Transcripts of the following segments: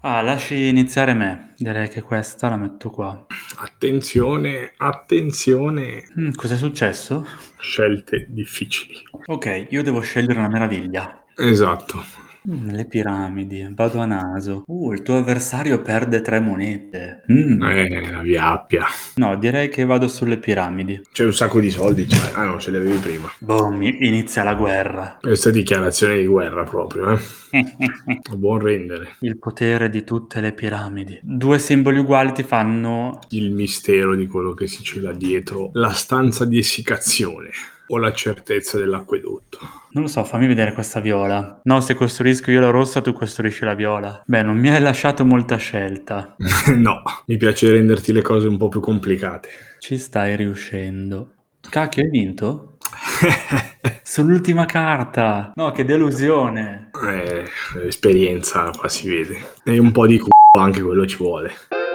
Lasci iniziare me. Direi che questa la metto qua. Attenzione, attenzione, Cos'è successo? scelte difficili. Ok, io devo scegliere una meraviglia. Esatto. Le piramidi, vado a naso. Il tuo avversario perde 3 monete. La via Appia. No, direi che vado sulle piramidi. C'è un sacco di soldi, cioè. Ah no, ce li avevi prima. Boh, inizia la guerra. Questa è dichiarazione di guerra proprio, A buon rendere. Il potere di tutte le piramidi. 2 simboli uguali ti fanno... Il mistero di quello che si cela dietro la stanza di essiccazione o la certezza dell'acquedotto. Non lo so, fammi vedere questa viola. No, se costruisco io la rossa, tu costruisci la viola. Beh, non mi hai lasciato molta scelta. No, mi piace renderti le cose un po' più complicate. Ci stai riuscendo. Cacchio, hai vinto? Sull'ultima carta! No, che delusione! L'esperienza qua si vede. E un po' di c***o anche quello ci vuole.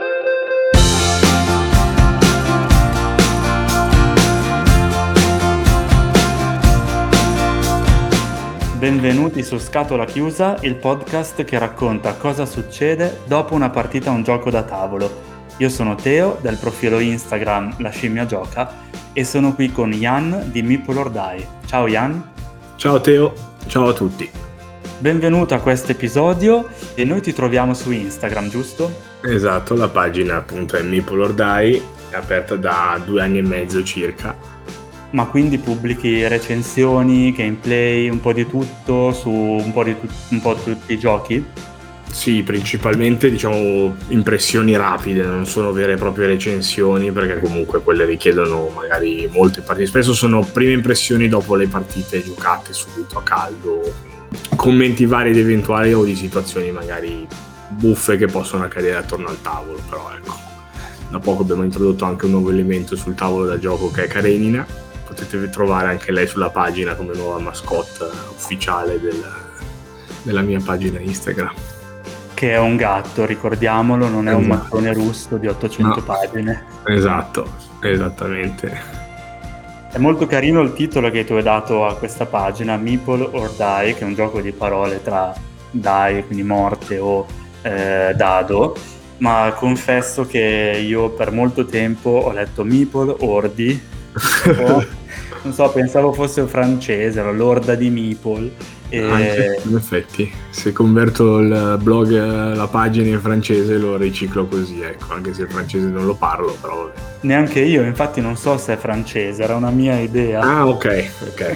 Benvenuti su Scatola Chiusa, il podcast che racconta cosa succede dopo una partita a un gioco da tavolo. Io sono Teo, del profilo Instagram La Scimmia Gioca, e sono qui con Jan di Meeple or Die. Ciao Jan. Ciao Teo, ciao a tutti. Benvenuto a questo episodio e noi ti troviamo su Instagram, giusto? Esatto, la pagina appunto è Meeple or Die, è aperta da 2 anni e mezzo circa. Ma quindi pubblichi recensioni, gameplay, un po' di tutto su un po' tutti i giochi? Sì, principalmente diciamo impressioni rapide, non sono vere e proprie recensioni perché comunque quelle richiedono magari molte partite. Spesso sono prime impressioni dopo le partite giocate subito a caldo, commenti vari ed eventuali o di situazioni magari buffe che possono accadere attorno al tavolo, però ecco. Da poco abbiamo introdotto anche un nuovo elemento sul tavolo da gioco che è Karenina. Potete trovare anche lei sulla pagina come nuova mascotte ufficiale della mia pagina Instagram. Che è un gatto, ricordiamolo, non è un mattone russo di 800 pagine. Esatto, esattamente. È molto carino il titolo che tu hai dato a questa pagina, Meeple or Die, che è un gioco di parole tra die, quindi morte, o dado, ma confesso che io per molto tempo ho letto Meeple Ordi, non so, pensavo fosse francese, era l'orda di Meeple. Anche, in effetti, se converto il blog, la pagina in francese lo riciclo così, ecco, anche se il francese non lo parlo, però vabbè. Neanche io, infatti non so se è francese, era una mia idea. Ah, ok.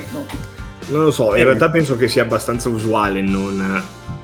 Non lo so, in realtà penso che sia abbastanza usuale non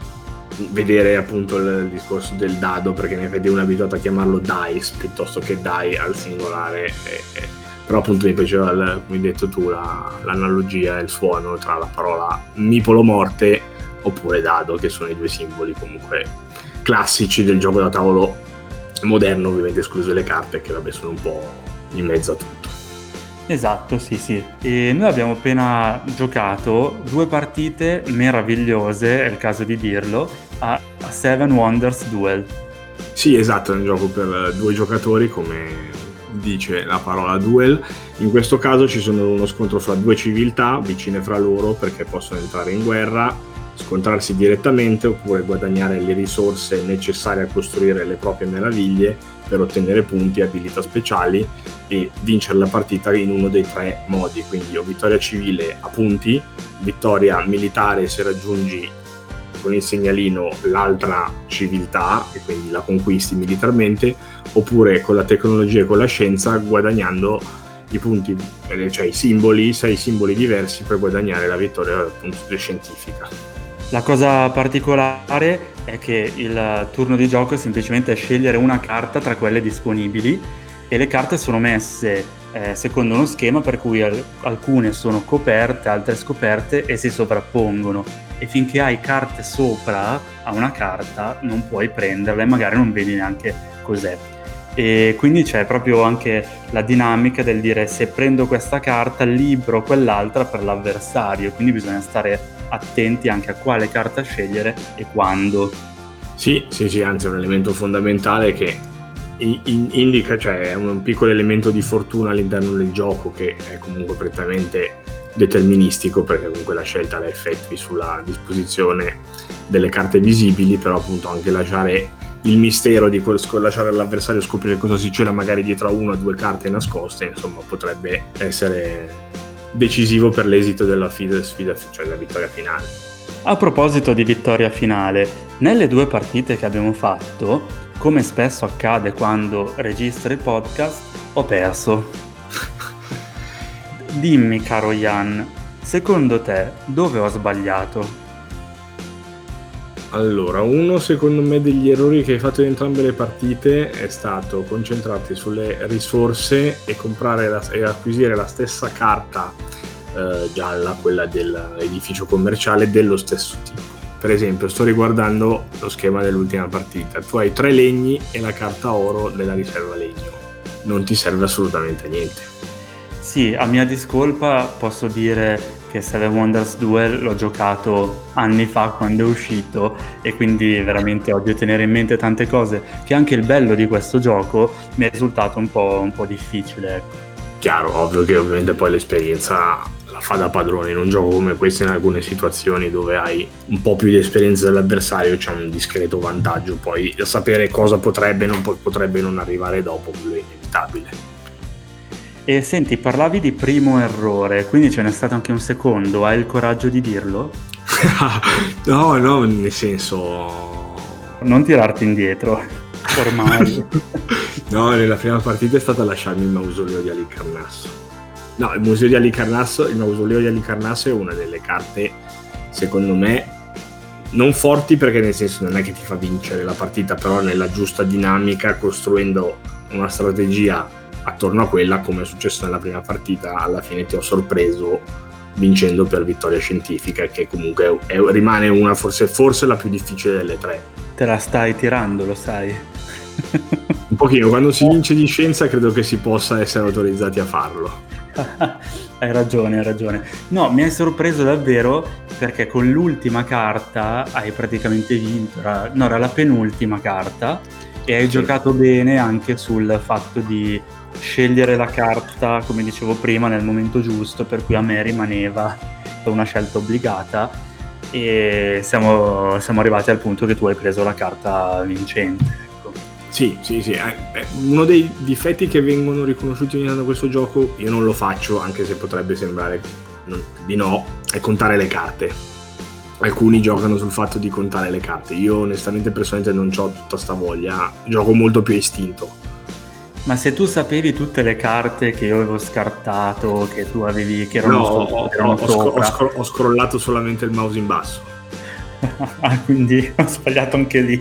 vedere appunto il discorso del dado, perché in effetti uno è abituato a chiamarlo dice piuttosto che die al singolare. Però appunto mi piaceva, come hai detto tu, l'analogia e il suono tra la parola mipolo morte oppure dado, che sono i 2 simboli comunque classici del gioco da tavolo moderno, ovviamente escluse le carte che vabbè sono un po' in mezzo a tutto. Esatto, sì. E noi abbiamo appena giocato 2 partite meravigliose, è il caso di dirlo, a Seven Wonders Duel. Sì, esatto, è un gioco per 2 giocatori, come dice la parola duel. In questo caso ci sono uno scontro fra 2 civiltà vicine fra loro perché possono entrare in guerra, scontrarsi direttamente oppure guadagnare le risorse necessarie a costruire le proprie meraviglie per ottenere punti e abilità speciali e vincere la partita in uno dei 3 modi, quindi o vittoria civile a punti, vittoria militare se raggiungi con il segnalino l'altra civiltà e quindi la conquisti militarmente, oppure con la tecnologia e con la scienza guadagnando i punti, cioè i simboli, 6 simboli diversi per guadagnare la vittoria dal punto di vista scientifica. La cosa particolare è che il turno di gioco è semplicemente scegliere una carta tra quelle disponibili e le carte sono messe secondo uno schema per cui alcune sono coperte, altre scoperte e si sovrappongono, e finché hai carte sopra a una carta non puoi prenderla e magari non vedi neanche cos'è. E quindi c'è proprio anche la dinamica del dire: se prendo questa carta libero quell'altra per l'avversario, quindi bisogna stare attenti anche a quale carta scegliere e quando. Sì, anzi è un elemento fondamentale che indica, cioè è un piccolo elemento di fortuna all'interno del gioco che è comunque prettamente deterministico, perché comunque la scelta la effettui sulla disposizione delle carte visibili, però appunto anche lasciare il mistero di lasciare l'avversario scoprire cosa si c'era magari dietro a una o due carte nascoste, insomma, potrebbe essere decisivo per l'esito della sfida, cioè della vittoria finale. A proposito di vittoria finale, nelle 2 partite che abbiamo fatto, come spesso accade quando registro il podcast, ho perso. Dimmi, caro Jan, secondo te dove ho sbagliato? Allora, uno secondo me degli errori che hai fatto in entrambe le partite è stato concentrarti sulle risorse e comprare e acquisire la stessa carta gialla, quella dell'edificio commerciale dello stesso tipo. Per esempio, sto riguardando lo schema dell'ultima partita. Tu hai 3 legni e la carta oro della riserva legno. Non ti serve assolutamente a niente. Sì, a mia discolpa posso dire che Seven Wonders Duel l'ho giocato anni fa quando è uscito e quindi veramente odio tenere in mente tante cose, che anche il bello di questo gioco mi è risultato un po' difficile, ecco. Chiaro, ovvio che ovviamente poi l'esperienza la fa da padrone. In un gioco come questo, in alcune situazioni dove hai un po' più di esperienza dell'avversario, c'è un discreto vantaggio. Poi sapere cosa potrebbe non arrivare dopo, quello è inevitabile. E senti, parlavi di primo errore, quindi ce n'è stato anche un secondo, hai il coraggio di dirlo? No, nel senso... Non tirarti indietro, ormai. No, nella prima partita è stata lasciarmi il mausoleo di Halicarnasso. No, il mausoleo di Halicarnasso è una delle carte, secondo me, non forti, perché nel senso non è che ti fa vincere la partita, però nella giusta dinamica, costruendo una strategia attorno a quella, come è successo nella prima partita, alla fine ti ho sorpreso vincendo per vittoria scientifica, che comunque rimane una forse la più difficile delle 3. Te la stai tirando, lo sai. Un pochino, quando si vince di scienza credo che si possa essere autorizzati a farlo. Hai ragione. No, mi hai sorpreso davvero, perché con l'ultima carta hai praticamente vinto. Era la penultima carta e hai giocato bene anche sul fatto di scegliere la carta, come dicevo prima, nel momento giusto, per cui a me rimaneva una scelta obbligata e siamo arrivati al punto che tu hai preso la carta vincente, ecco. Sì. Uno dei difetti che vengono riconosciuti ogni anno da questo gioco, io non lo faccio, anche se potrebbe sembrare di no, è contare le carte. Alcuni giocano sul fatto di contare le carte. Io onestamente personalmente non ho tutta sta voglia, gioco molto più a istinto. Ma se tu sapevi tutte le carte che io avevo scartato, che tu avevi, che erano ho scrollato solamente il mouse in basso. Ah, quindi ho sbagliato anche lì.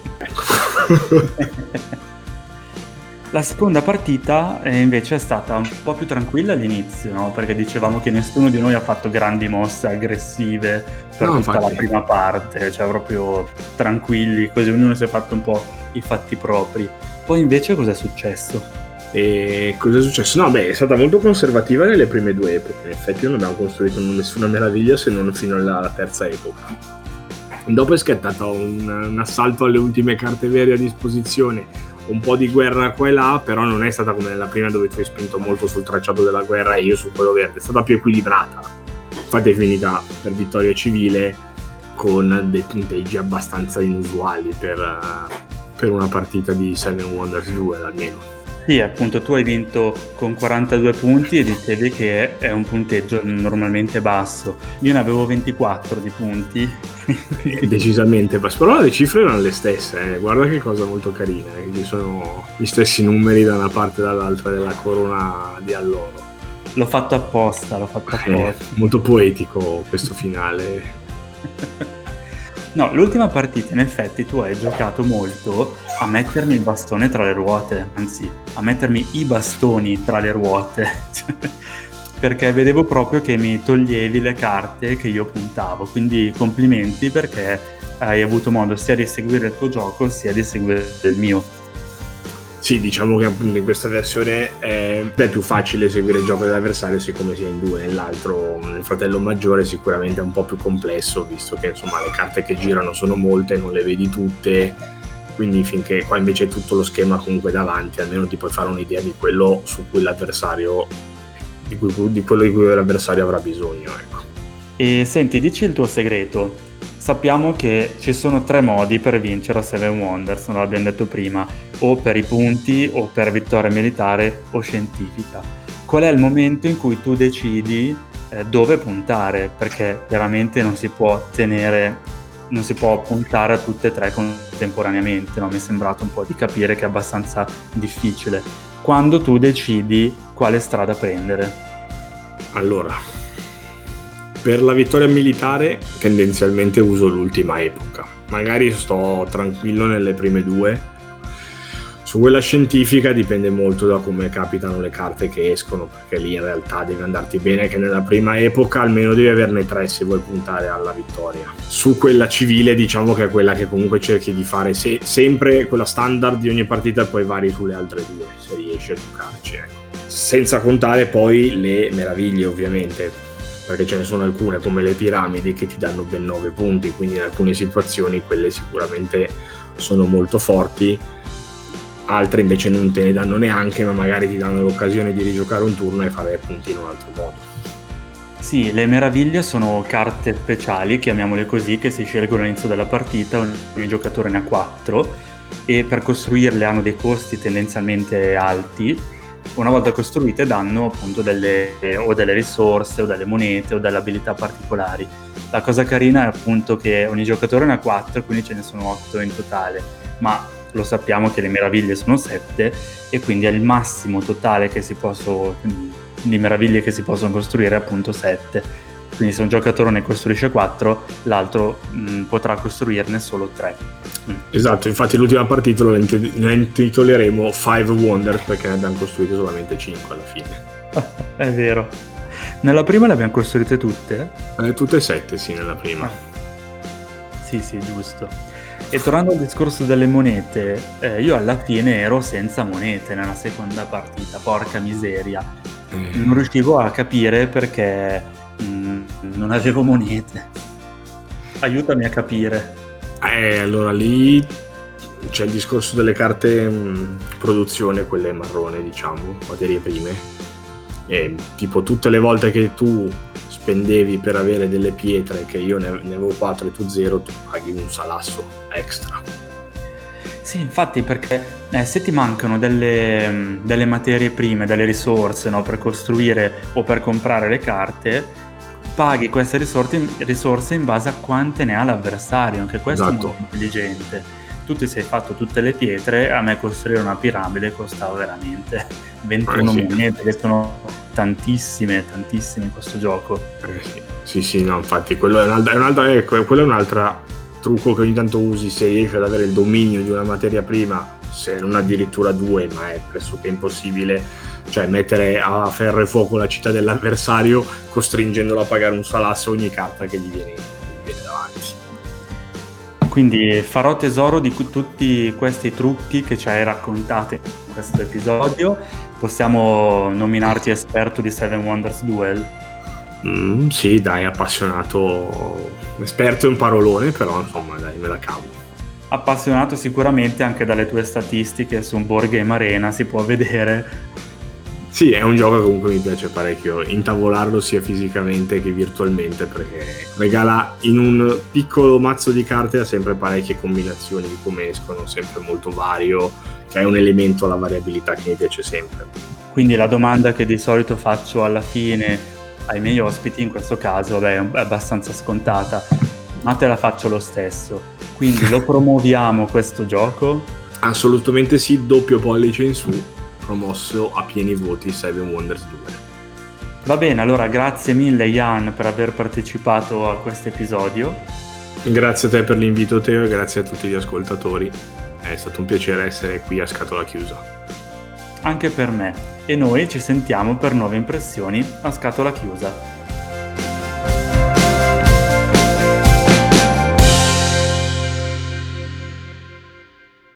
La seconda partita invece è stata un po' più tranquilla all'inizio, no? Perché dicevamo che nessuno di noi ha fatto grandi mosse aggressive per tutta la prima parte, cioè proprio tranquilli, così ognuno si è fatto un po' i fatti propri. Poi invece cosa è successo? E cosa è successo? No, è stata molto conservativa nelle prime 2 epoche. In effetti non abbiamo costruito nessuna meraviglia se non fino alla terza epoca. Dopo è scattato un assalto alle ultime carte vere a disposizione, un po' di guerra qua e là, però non è stata come nella prima, dove tu hai spinto molto sul tracciato della guerra e io su quello verde. È stata più equilibrata. Infatti è finita per vittoria civile, con dei punteggi abbastanza inusuali per una partita di Seven Wonders 2 almeno. Sì, appunto, tu hai vinto con 42 punti e dicevi che è un punteggio normalmente basso. Io ne avevo 24 di punti. Decisamente basso, però le cifre erano le stesse, guarda che cosa molto carina, ci sono gli stessi numeri da una parte e dall'altra della corona di alloro. L'ho fatto apposta. Molto poetico questo finale. No, l'ultima partita in effetti tu hai giocato molto a mettermi il bastone tra le ruote, anzi a mettermi i bastoni tra le ruote, perché vedevo proprio che mi toglievi le carte che io puntavo, quindi complimenti, perché hai avuto modo sia di seguire il tuo gioco sia di seguire il mio. Sì, diciamo che appunto in questa versione è più facile seguire il gioco dell'avversario, siccome sia in 2, nell'altro, nel fratello maggiore, sicuramente è un po' più complesso, visto che insomma le carte che girano sono molte, non le vedi tutte, quindi finché qua invece è tutto lo schema comunque davanti, almeno ti puoi fare un'idea di quello su cui l'avversario, di quello di cui l'avversario avrà bisogno, ecco. E senti, dici il tuo segreto. sappiamo che ci sono 3 modi per vincere a Seven Wonders, non l'abbiamo detto prima, o per i punti, o per vittoria militare o scientifica. Qual è il momento in cui tu decidi dove puntare? Perché chiaramente non si può puntare a tutte e 3 contemporaneamente, no? Mi è sembrato un po' di capire che è abbastanza difficile. Quando tu decidi quale strada prendere? Allora, per la vittoria militare tendenzialmente uso l'ultima epoca. Magari sto tranquillo nelle prime 2. Su quella scientifica dipende molto da come capitano le carte che escono, perché lì in realtà devi andarti bene che nella prima epoca almeno devi averne 3 se vuoi puntare alla vittoria. Su quella civile diciamo che è quella che comunque cerchi di fare sempre quella standard di ogni partita e poi vari sulle altre 2 se riesci a giocarci, ecco. Senza contare poi le meraviglie ovviamente, perché ce ne sono alcune come le piramidi che ti danno ben 9 punti, quindi in alcune situazioni quelle sicuramente sono molto forti. Altre invece non te ne danno neanche, ma magari ti danno l'occasione di rigiocare un turno e fare punti in un altro modo. Sì, le meraviglie sono carte speciali, chiamiamole così, che si scelgono all'inizio della partita, ogni giocatore ne ha 4 e per costruirle hanno dei costi tendenzialmente alti. Una volta costruite danno appunto delle risorse o delle monete o delle abilità particolari. La cosa carina è appunto che ogni giocatore ne ha 4, quindi ce ne sono 8 in totale, ma lo sappiamo che le meraviglie sono 7 e quindi è il massimo totale di meraviglie che si possono costruire appunto 7. Quindi se un giocatore ne costruisce 4, l'altro potrà costruirne solo 3. Esatto, infatti l'ultima partita lo intitoleremo Five Wonders perché ne abbiamo costruite solamente 5 alla fine. È vero. Nella prima le abbiamo costruite tutte? Tutte e 7, sì, nella prima. Sì, giusto. E tornando al discorso delle monete, io alla fine ero senza monete nella seconda partita, porca miseria. Non riuscivo a capire perché non avevo monete. Aiutami a capire. Allora lì c'è il discorso delle carte produzione, quelle marrone diciamo, materie prime. E tipo tutte le volte che tu spendevi per avere delle pietre, che io ne avevo 4 e tu 0, tu paghi un salasso extra. Sì, infatti, perché se ti mancano delle materie prime, delle risorse, no, per costruire o per comprare le carte, paghi queste risorse in base a quante ne ha l'avversario, anche questo Esatto. È molto intelligente. Tu ti sei fatto tutte le pietre, a me costruire una piramide costava veramente 21 sì. monete, che sono tantissime in questo gioco. Sì, no, infatti quello è un altro trucco che ogni tanto usi se riesci ad avere il dominio di una materia prima, se non addirittura 2, ma è pressoché impossibile, cioè mettere a ferro e fuoco la città dell'avversario costringendolo a pagare un salasso ogni carta che gli viene davanti. Quindi farò tesoro di tutti questi trucchi che ci hai raccontato in questo episodio. Possiamo nominarti esperto di Seven Wonders Duel? Sì, dai, appassionato, esperto è un parolone, però insomma dai, me la cavo. Appassionato sicuramente anche dalle tue statistiche su un Board Game Arena, si può vedere. Sì, è un gioco che comunque mi piace parecchio intavolarlo sia fisicamente che virtualmente, perché regala in un piccolo mazzo di carte ha sempre parecchie combinazioni di come escono, sempre molto vario, che è un elemento alla variabilità che mi piace sempre. Quindi la domanda che di solito faccio alla fine ai miei ospiti, in questo caso è abbastanza scontata, ma te la faccio lo stesso. Quindi lo promuoviamo questo gioco? Assolutamente sì, doppio pollice in su, promosso a pieni voti Seven Wonders 2. Va bene, allora grazie mille Ian per aver partecipato a questo episodio. Grazie a te per l'invito Teo e grazie a tutti gli ascoltatori, è stato un piacere essere qui a scatola chiusa. Anche per me, e noi ci sentiamo per nuove impressioni a scatola chiusa.